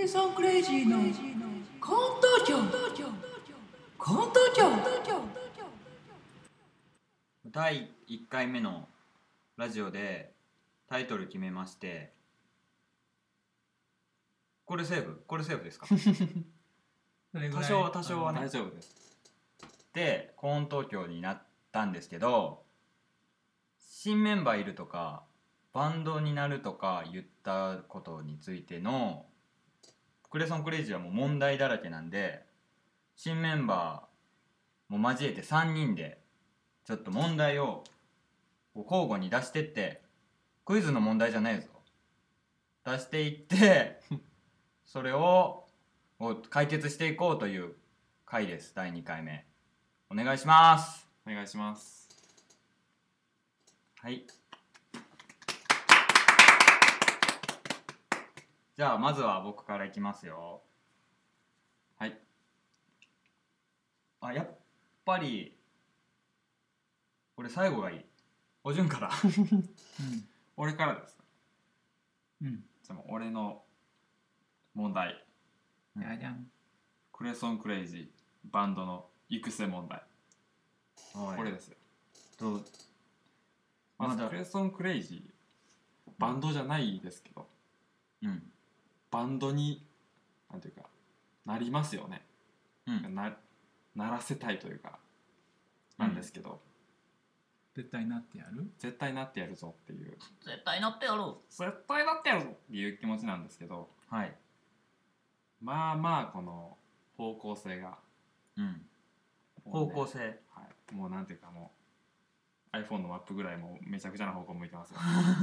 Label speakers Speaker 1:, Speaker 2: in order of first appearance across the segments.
Speaker 1: ソンクレイジーのコント長コント長
Speaker 2: 第1回目のラジオでタイトル決めまして、これセーフですか？多少はね
Speaker 3: 大丈夫です。
Speaker 2: でコーン東京になったんですけど、新メンバーいるとかバンドになるとか言ったことについてのクレソンクレイジーはもう問題だらけなんで、新メンバーも交えて3人でちょっと問題を交互に出してって、クイズの問題じゃないぞ、出していってそれを解決していこうという回です。第2回目お願いします。
Speaker 3: お願いします。
Speaker 2: はい、じゃあまずは僕からいきますよ。
Speaker 3: はい。
Speaker 2: やっぱり俺最後がいい。お順から
Speaker 3: 俺からですか。
Speaker 1: うん。
Speaker 3: じゃあ俺の問題。
Speaker 1: じゃじゃん。
Speaker 3: クレソンクレイジーバンドの育成問題。これですよ。まずクレソンクレイジーバンドじゃないですけど、バンドになんていうかなりますよね。ならせたいというかなんですけど、
Speaker 1: 絶対なってやる？
Speaker 3: 絶対なってやるぞっていう、
Speaker 2: 絶対なってやろ
Speaker 3: 絶対なってやるぞっていう気持ちなんですけど、
Speaker 2: う。はい。
Speaker 3: まあこの方向性が、
Speaker 2: 方向性、
Speaker 3: はい、もうなんていうかもう iPhone のマップぐらいもうめちゃくちゃな方向向いてますよ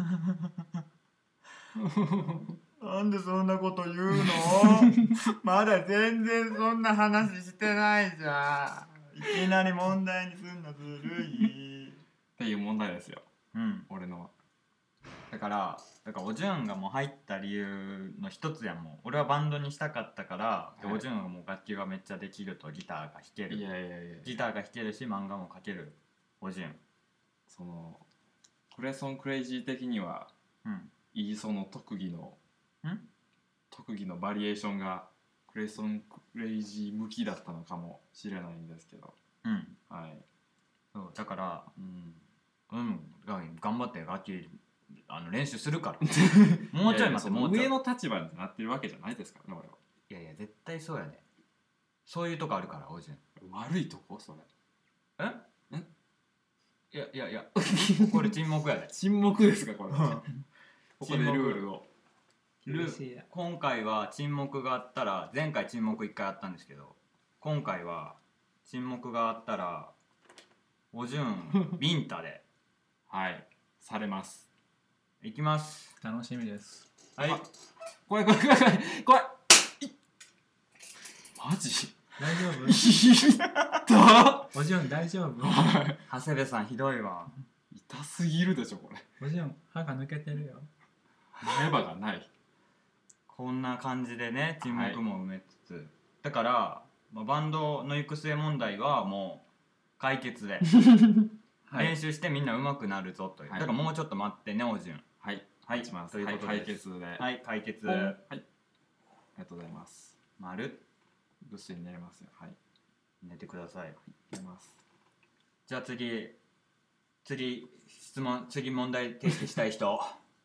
Speaker 2: なんでそんなこと言うのまだ全然そんな話してないじゃん。いきなり問題にすんのずるい
Speaker 3: っていう問題ですよ、俺のは。
Speaker 2: だからおじゅんがもう入った理由の一つやもん。俺はバンドにしたかったから、
Speaker 3: はい、
Speaker 2: おじゅんはもう楽器がめっちゃできると、ギターが弾ける、ギターが弾けるし漫画も描けるおじゅん。
Speaker 3: そのクレソンクレイジー的には、いいその特技のバリエーションがクレソンクレイジー向きだったのかもしれないんですけど、はい、
Speaker 2: そうだから、頑張って楽器練習するからもうちょい待って、もうちょい
Speaker 3: 上の立場になってるわけじゃないですからね、俺は。
Speaker 2: いやいや絶対そうやね。そういうとこあるからおじゅん。
Speaker 3: 悪いとこそれ。
Speaker 2: いやこれ沈黙やで。
Speaker 3: 沈黙ですかこれここでルールを。
Speaker 2: 今回は沈黙があったら、前回沈黙1回あったんですけど、今回は沈黙があったらおじゅんビンタで
Speaker 3: はいされます。
Speaker 2: いきます。
Speaker 1: 楽しみです。
Speaker 2: はい。
Speaker 3: 怖いマジ
Speaker 1: 大丈夫？おじゅん大丈夫？
Speaker 2: 長谷部さんひどいわ。
Speaker 3: 痛すぎるでしょこれ。
Speaker 1: おじゅん歯が抜けてるよ。
Speaker 3: 前歯がない。
Speaker 2: こんな感じでね、沈黙も埋めつつ、だから、バンドの育成問題はもう解決で練習してみんな上手くなるぞという、だからもうちょっと待ってねおじゅん。
Speaker 3: はいします。
Speaker 2: ということで
Speaker 3: 解決で。
Speaker 2: はい、解決。
Speaker 3: はい、ありがとうございます。
Speaker 2: 丸
Speaker 3: ぐっすり寝れますよ。はい、
Speaker 2: 寝てください。
Speaker 3: 寝ます。
Speaker 2: じゃあ次問題提起したい人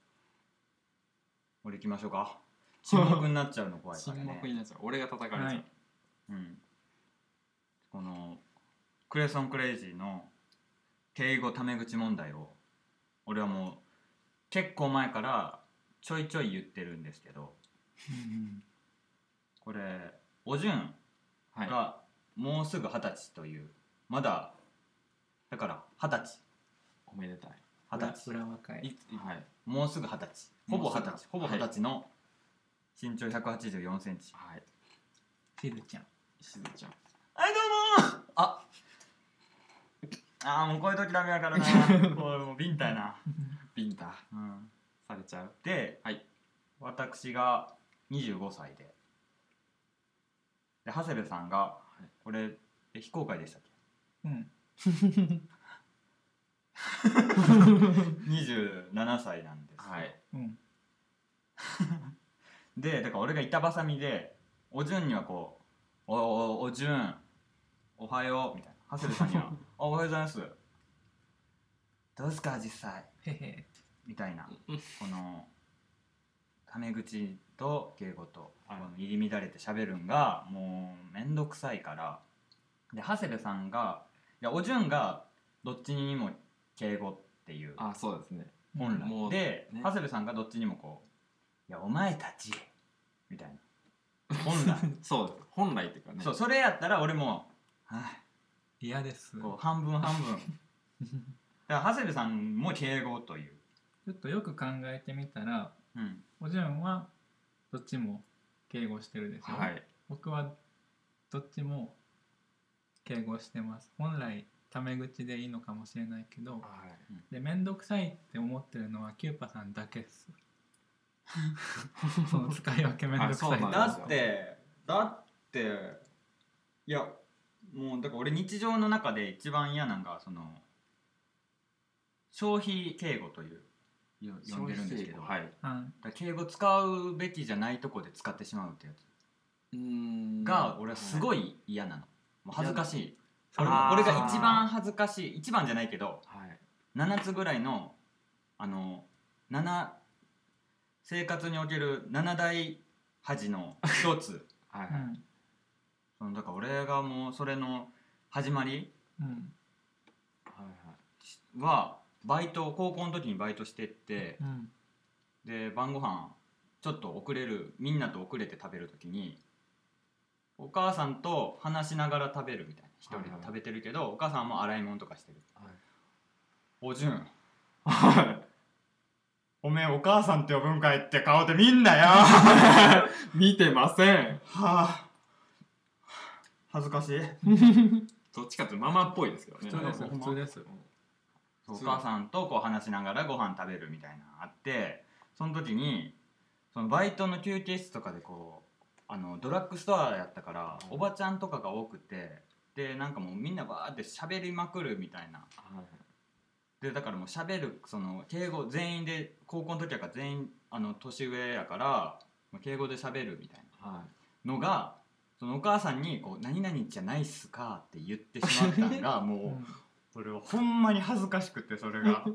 Speaker 2: 俺行きましょうか。沈黙になっちゃうの怖いからね。
Speaker 3: 沈黙になっちゃう。俺が叩かれちゃう。
Speaker 2: このクレソンクレイジーの敬語タメ口問題を俺はもう結構前からちょいちょい言ってるんですけど、これおじゅんがもうすぐ20歳という、まだだから20歳、
Speaker 3: おめでたい。
Speaker 1: 裏若い。
Speaker 2: もうすぐ20歳、ほぼ20歳の身長184センチ。
Speaker 1: しずちゃん。
Speaker 2: はいどうももうこういう時ダメやからなもうビンタやな
Speaker 3: ビンタされちゃう。
Speaker 2: で、私が25歳で長谷部さんが、これ非公開でしたっけ27歳なんですよ。 でだから俺が板挟みでおじゅんにはこうおじゅんおはようみたいな、長谷部さんにはおはようございます、どうですか実際
Speaker 4: へへ
Speaker 2: みたいな、このタメ口と敬語とこの入り乱れて喋るんがもうめんどくさいから、で長谷部さんがいやおじゅんがどっちにも敬語っていう
Speaker 3: そうですね
Speaker 2: 本来、
Speaker 3: もう
Speaker 2: で、
Speaker 3: ね、
Speaker 2: 長谷部さんがどっちにもこういやお前たちみたいな本来
Speaker 3: そうです本来っていうかね、
Speaker 2: そうそれやったら俺も
Speaker 4: 嫌です
Speaker 2: こう半分半分だから長谷部さんも敬語という、
Speaker 4: ちょっとよく考えてみたら、おじゅんはどっちも敬語してるでしょ、僕はどっちも敬語してます。本来タメ口でいいのかもしれないけど、で面倒くさいって思ってるのはキューパさんだけですその使い分け面倒くさい
Speaker 2: だっていやもうだから俺日常の中で一番嫌なのがその消費敬語という呼んでるんですけど、だ敬語使うべきじゃないとこで使ってしまうってやつが俺はすごい嫌なの、もう恥ずかしい、俺が一番恥ずかしい、一番じゃないけど、7つぐらいの生活における7大恥の一つだから俺がもうそれの始まりは高校の時にバイトしてって、で晩ご飯ちょっとみんなと遅れて食べる時にお母さんと話しながら食べるみたいな、一人で食べてるけど、お母さんも洗い物とかしてる、おじゅんおめえお母さんって呼ぶんかいって顔で見んなよ
Speaker 3: 見てません。
Speaker 2: 恥ずかしい
Speaker 3: どっちかっていうとママっぽいですけどね。
Speaker 4: 普通です。
Speaker 2: お母さんとこう話しながらご飯食べるみたいなのあって、その時にそのバイトの休憩室とかでこうドラッグストアやったから、おばちゃんとかが多くて、でなんかもうみんなバーって喋りまくるみたいな、でだからもう喋るその敬語全員で、高校の時やから全員年上やから敬語で喋るみたいなのが、そのお母さんにこう何々じゃないっすかって言ってしまったのがもう俺はほんまに恥ずかしくて、それが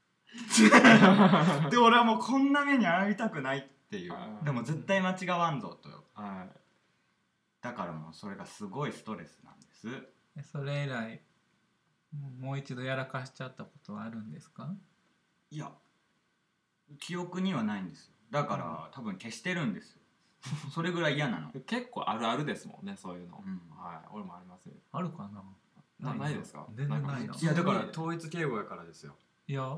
Speaker 2: で俺はもうこんな目に遭いたくないっていう、でも絶対間違わんぞと、だからもうそれがすごいストレスなんです。
Speaker 4: それ以来もう一度やらかしちゃったことはあるんですか？
Speaker 2: いや記憶にはないんですよ、だから、多分消してるんですよそれぐらい嫌なの。
Speaker 3: 結構あるあるですもんね、そういうの、俺もありますよ。
Speaker 4: あるかな？
Speaker 3: ないですか？
Speaker 4: 全然ないな。
Speaker 2: いやだから統一敬語やからですよ。
Speaker 4: いや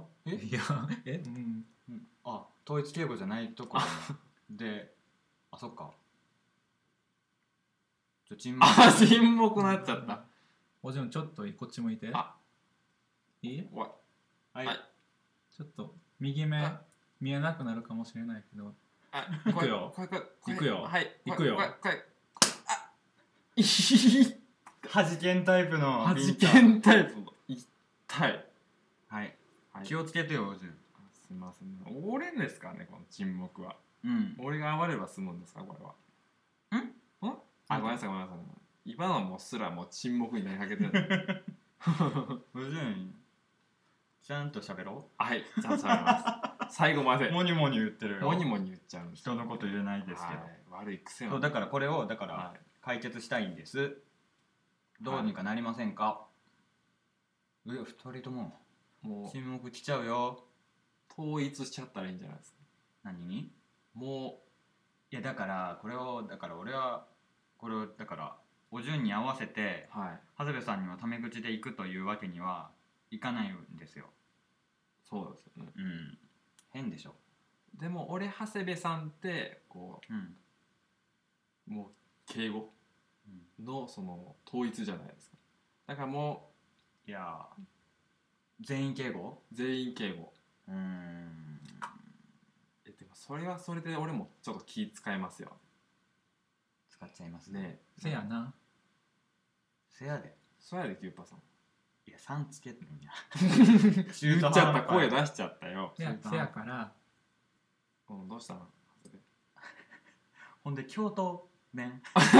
Speaker 2: 統一敬語じゃないとこでそっか、沈
Speaker 3: 黙なっちゃった。
Speaker 4: おじゅんちょっとこっち向いて。いい？
Speaker 2: はい、
Speaker 4: ちょっと右目見えなくなるかもしれないけど、行くよ行くよ行くよ。
Speaker 2: 弾けんタイプの
Speaker 3: 弾けんタイプの痛い。
Speaker 2: 気をつけてよ、おじゅん。
Speaker 3: すみません、折れんですかねこの沈黙は。俺が暴れば済むんですかこれは。ごめんなさいごめんなさい、今のもすらもう沈黙になりかけてる
Speaker 2: おじゅんちゃんと喋ろ
Speaker 3: う。はい、ちゃんと喋ります最後まで
Speaker 2: モニモニ言ってるよ。
Speaker 3: モニモニ言っちゃうんです。
Speaker 2: 人のこと言えないですけど、
Speaker 3: 悪い癖は。
Speaker 2: だからこれを解決したいんです。どうにかなりませんか？2人とも沈黙来ちゃうよ。
Speaker 3: 統一しちゃったらいいんじゃないですか。
Speaker 2: 何に？
Speaker 3: も
Speaker 2: ういやだから俺はこれをだからお順に合わせて、長谷部さんにはタメ口で行くというわけにはいかないんですよ。
Speaker 3: そうですよね。
Speaker 2: 変でしょ。
Speaker 3: でも俺長谷部さんってこう、もう敬語のその統一じゃないですか。だからも
Speaker 2: う全員敬語？
Speaker 3: 全員敬語。でもそれはそれで俺もちょっと気使いますよ。
Speaker 2: 使っちゃいますね。
Speaker 4: せやな。
Speaker 2: せやで。
Speaker 3: そやでキューパさん。
Speaker 2: いや3つけってんや。
Speaker 3: 言っちゃった、声出しちゃったよ。
Speaker 4: せやから。
Speaker 3: どうしたの？
Speaker 2: ほんで京都弁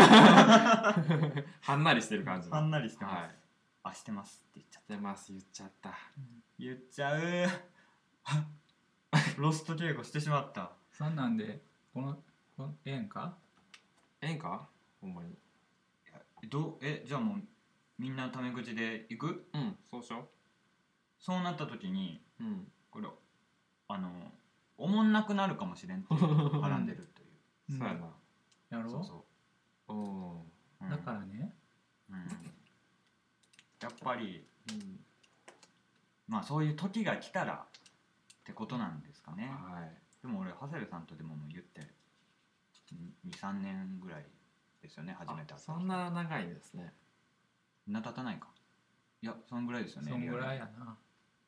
Speaker 3: はんなりしてる感じ。
Speaker 2: はんなりしてます、
Speaker 3: はい、
Speaker 2: あ、してますって言っちゃった。
Speaker 3: 言っちゃった、
Speaker 2: 言っちゃうロスト稽古してしまった。
Speaker 4: そんなんでこのええんか
Speaker 3: ほんまに。
Speaker 2: じゃあもうみんなタメ口で行く？
Speaker 3: うん、そうしよう。
Speaker 2: そうなった時に、
Speaker 3: うん、
Speaker 2: これおもんなくなるかもしれんってはらんでるという、
Speaker 3: そうやな。
Speaker 4: やろう。
Speaker 3: そうそう。
Speaker 4: だからね、
Speaker 2: やっぱり、まあそういう時が来たらってことなんですかね。
Speaker 3: はい。
Speaker 2: でも俺長谷部さんとでも言って2,3年ぐらいですよね、初めて会った。
Speaker 3: そんな長いですね。
Speaker 2: そんな経たないか。いや、そんぐらいですよね。
Speaker 4: そんぐらいやな。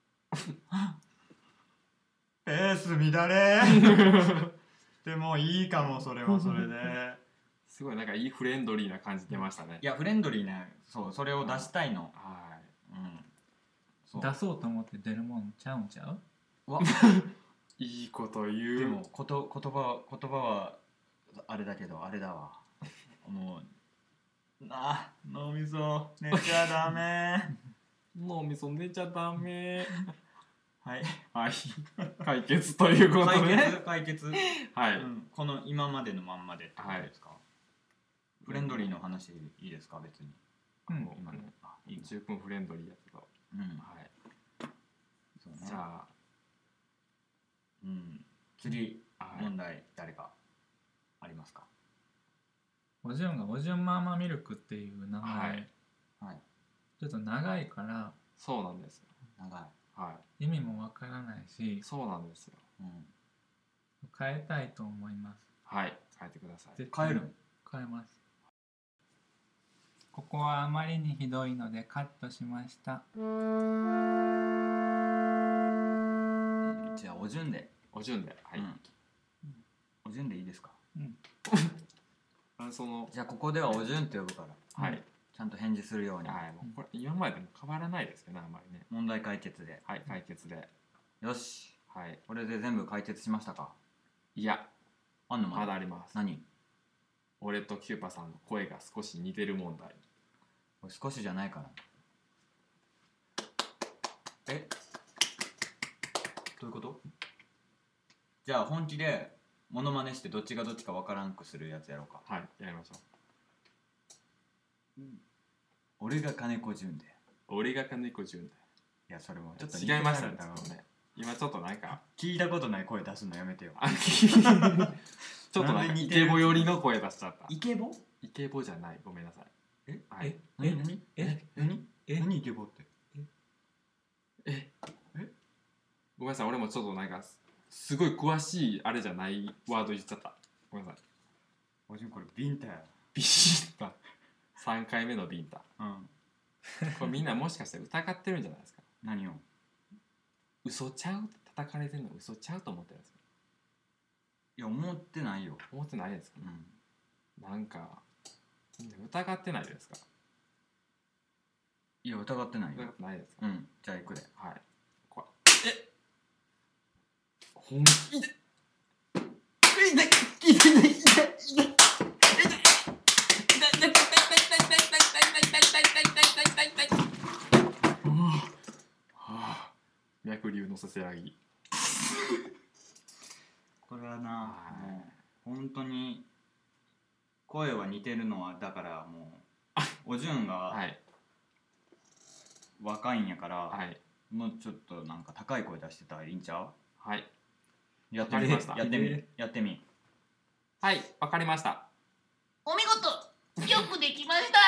Speaker 2: ペース乱れでもいいかも、それはそれです
Speaker 3: ごいなんかいいフレンドリーな感じ出ましたね。
Speaker 2: いや、フレンドリーな、それを出したいの。
Speaker 3: はい、
Speaker 4: 出そうと思って出るもんちゃうんちゃう？
Speaker 3: わいいこと言う。
Speaker 2: でも言葉はあれだけど、あれだわ、もう脳みそ寝ちゃダメ
Speaker 3: 脳みそ寝ちゃダメ
Speaker 2: はい
Speaker 3: 解決ということで
Speaker 2: 解決
Speaker 3: はい、
Speaker 2: この今までのまんまでってことですか？フレンドリーの話いいですか？別に今の
Speaker 3: 十分フレンドリーやけど、はい、
Speaker 2: そうね。
Speaker 3: じゃあ
Speaker 2: 次問題誰かありますか？
Speaker 4: おじゅんがおじゅんマーマミルクっていう名前、ちょっと長いから。
Speaker 3: そうなんですよ。
Speaker 2: 長い。
Speaker 3: はい。
Speaker 4: 意味もわからないし。
Speaker 3: そうなんですよ。
Speaker 4: 変えたいと思います。
Speaker 3: はい、変えてください。
Speaker 2: 変える？
Speaker 4: 変えます。ここはあまりにひどいのでカットしました。
Speaker 2: じゃあおじゅんで。
Speaker 3: おじゅんで、はい。
Speaker 2: おじゅんでいいですか？じゃあここではおじゅんって呼ぶから、はい、ちゃんと返事するように。
Speaker 3: はい、もうこれ今までも変わらないですよね、あんまりね。
Speaker 2: 問題解決で。
Speaker 3: はい、解決で。
Speaker 2: よし。
Speaker 3: はい。
Speaker 2: これで全部解決しましたか？
Speaker 3: いや、
Speaker 2: あんの
Speaker 3: まだあります。
Speaker 2: 何？
Speaker 3: 俺とキューパさんの声が少し似てる問題。
Speaker 2: 少しじゃないから。どういうこと？じゃあ本気でモノマネしてどっちがどっちかわからんくするやつやろうか。
Speaker 3: はい、やりましょ
Speaker 2: う。俺が金子潤で。
Speaker 3: 俺が金子潤で。
Speaker 2: いや、それもちょっと
Speaker 3: 違いましたね。今ちょっとなんか
Speaker 2: 聞いたことない声出すのやめてよ。
Speaker 3: ちょっとなんかイケボ寄りの声出しちゃった。
Speaker 2: イケボ？
Speaker 3: イケボじゃない。ごめんなさい。
Speaker 2: 何イケボって？
Speaker 3: ごめんなさい。俺もちょっとなんかすごい詳しいあれじゃないワード言っちゃった。ごめんなさい。
Speaker 2: おじゅんこれビンタや。
Speaker 3: ビンタ。3回目のビンタ。これみんなもしかして疑ってるんじゃないですか？
Speaker 2: 何を？
Speaker 3: 嘘ちゃうって叩かれてるの嘘ちゃうと思ってるんですか？
Speaker 2: いや、思ってないよ。
Speaker 3: 思ってないですか？なんか疑ってないですか？
Speaker 2: いや、疑ってないよ。
Speaker 3: 疑ってないですか？
Speaker 2: じゃあ行くで。
Speaker 3: はい。本気で脈流のせせらぎ。
Speaker 2: これはな、もう本当に声は似てるのはだからもうおじゅんが若いんやから、もうちょっとなんか高い声出してたらいいんちゃう？
Speaker 3: はい。
Speaker 2: やってみました。やってみ。
Speaker 3: はい、わかりました。
Speaker 1: お見事、よくできました。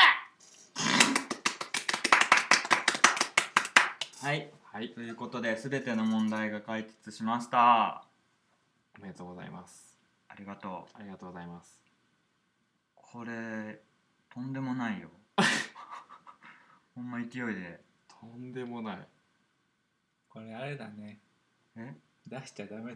Speaker 2: はい、ということで全ての問題が解決しました。
Speaker 3: おめでとうございます。
Speaker 2: ありがとう。
Speaker 3: ありがとうございます。
Speaker 2: これとんでもないよ。ほんま勢いで。
Speaker 3: とんでもない。
Speaker 4: これあれだね。出しちゃダメだ。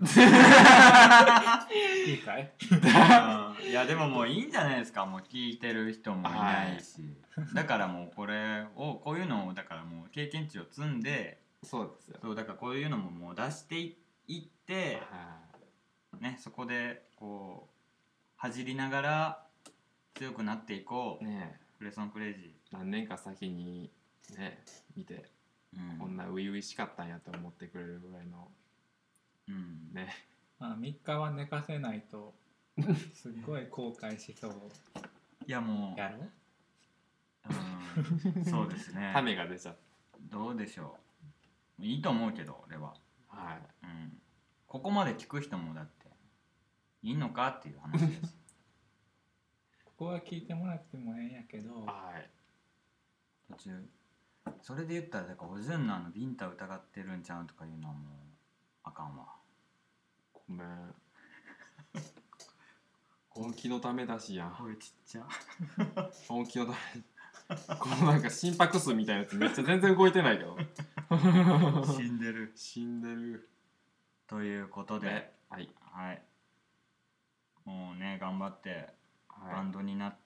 Speaker 4: いいかい？
Speaker 2: いやでももういいんじゃないですか。もう聞いてる人もいないし、だからもうこういうのをだからもう経験値を積んで、
Speaker 3: そうですよ。
Speaker 2: そうだからこういうのももう出していって、ね、そこでこう恥じりながら強くなっていこう。
Speaker 3: ねえ、
Speaker 2: クレソンクレイジ
Speaker 3: 何年か先にね見て、
Speaker 2: ー。
Speaker 3: こんな初々しかったんやと思ってくれるぐらいのね。
Speaker 4: まあ3日は寝かせないとすっごい後悔しそう。
Speaker 2: いやもう
Speaker 4: やろ
Speaker 2: そうですね。
Speaker 3: 種が出ちゃった。
Speaker 2: どうでしょう。いいと思うけど俺は。
Speaker 3: はい。
Speaker 2: ここまで聞く人もだっていいのかっていう話です。
Speaker 4: ここは聞いてもらってもええんやけど、
Speaker 3: はい。
Speaker 2: 途中それで言ったらだからおじゅんのビンタ疑ってるんちゃうとかいうのはもうあかんわ。
Speaker 3: ごめん。本気のためだしやん。
Speaker 2: 声ちっちゃ。
Speaker 3: 本気のため。このなんか心拍数みたいなやつめっちゃ全然動いてないけど。
Speaker 2: 死んでる。
Speaker 3: 死んでる。
Speaker 2: ということで、
Speaker 3: はい。
Speaker 2: はい。もうね頑張ってバン
Speaker 3: は
Speaker 2: ドになって、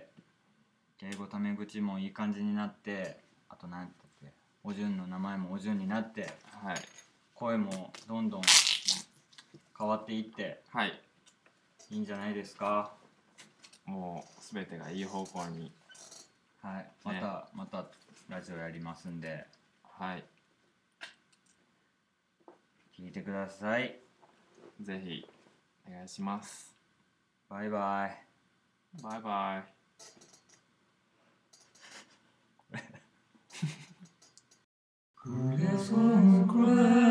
Speaker 2: 敬語タメ口もいい感じになって、あと何て言っておじゅんの名前もおじゅんになって、
Speaker 3: はい。
Speaker 2: 声もどんどん変わっていって、
Speaker 3: はい。
Speaker 2: いいんじゃないですか。
Speaker 3: もうすべてがいい方向に。
Speaker 2: はい。またラジオやりますんで、
Speaker 3: はい。
Speaker 2: 聞いてください。
Speaker 3: ぜひお願いします。
Speaker 2: バイバイ。
Speaker 3: バイバイ。
Speaker 1: クレソンクレイ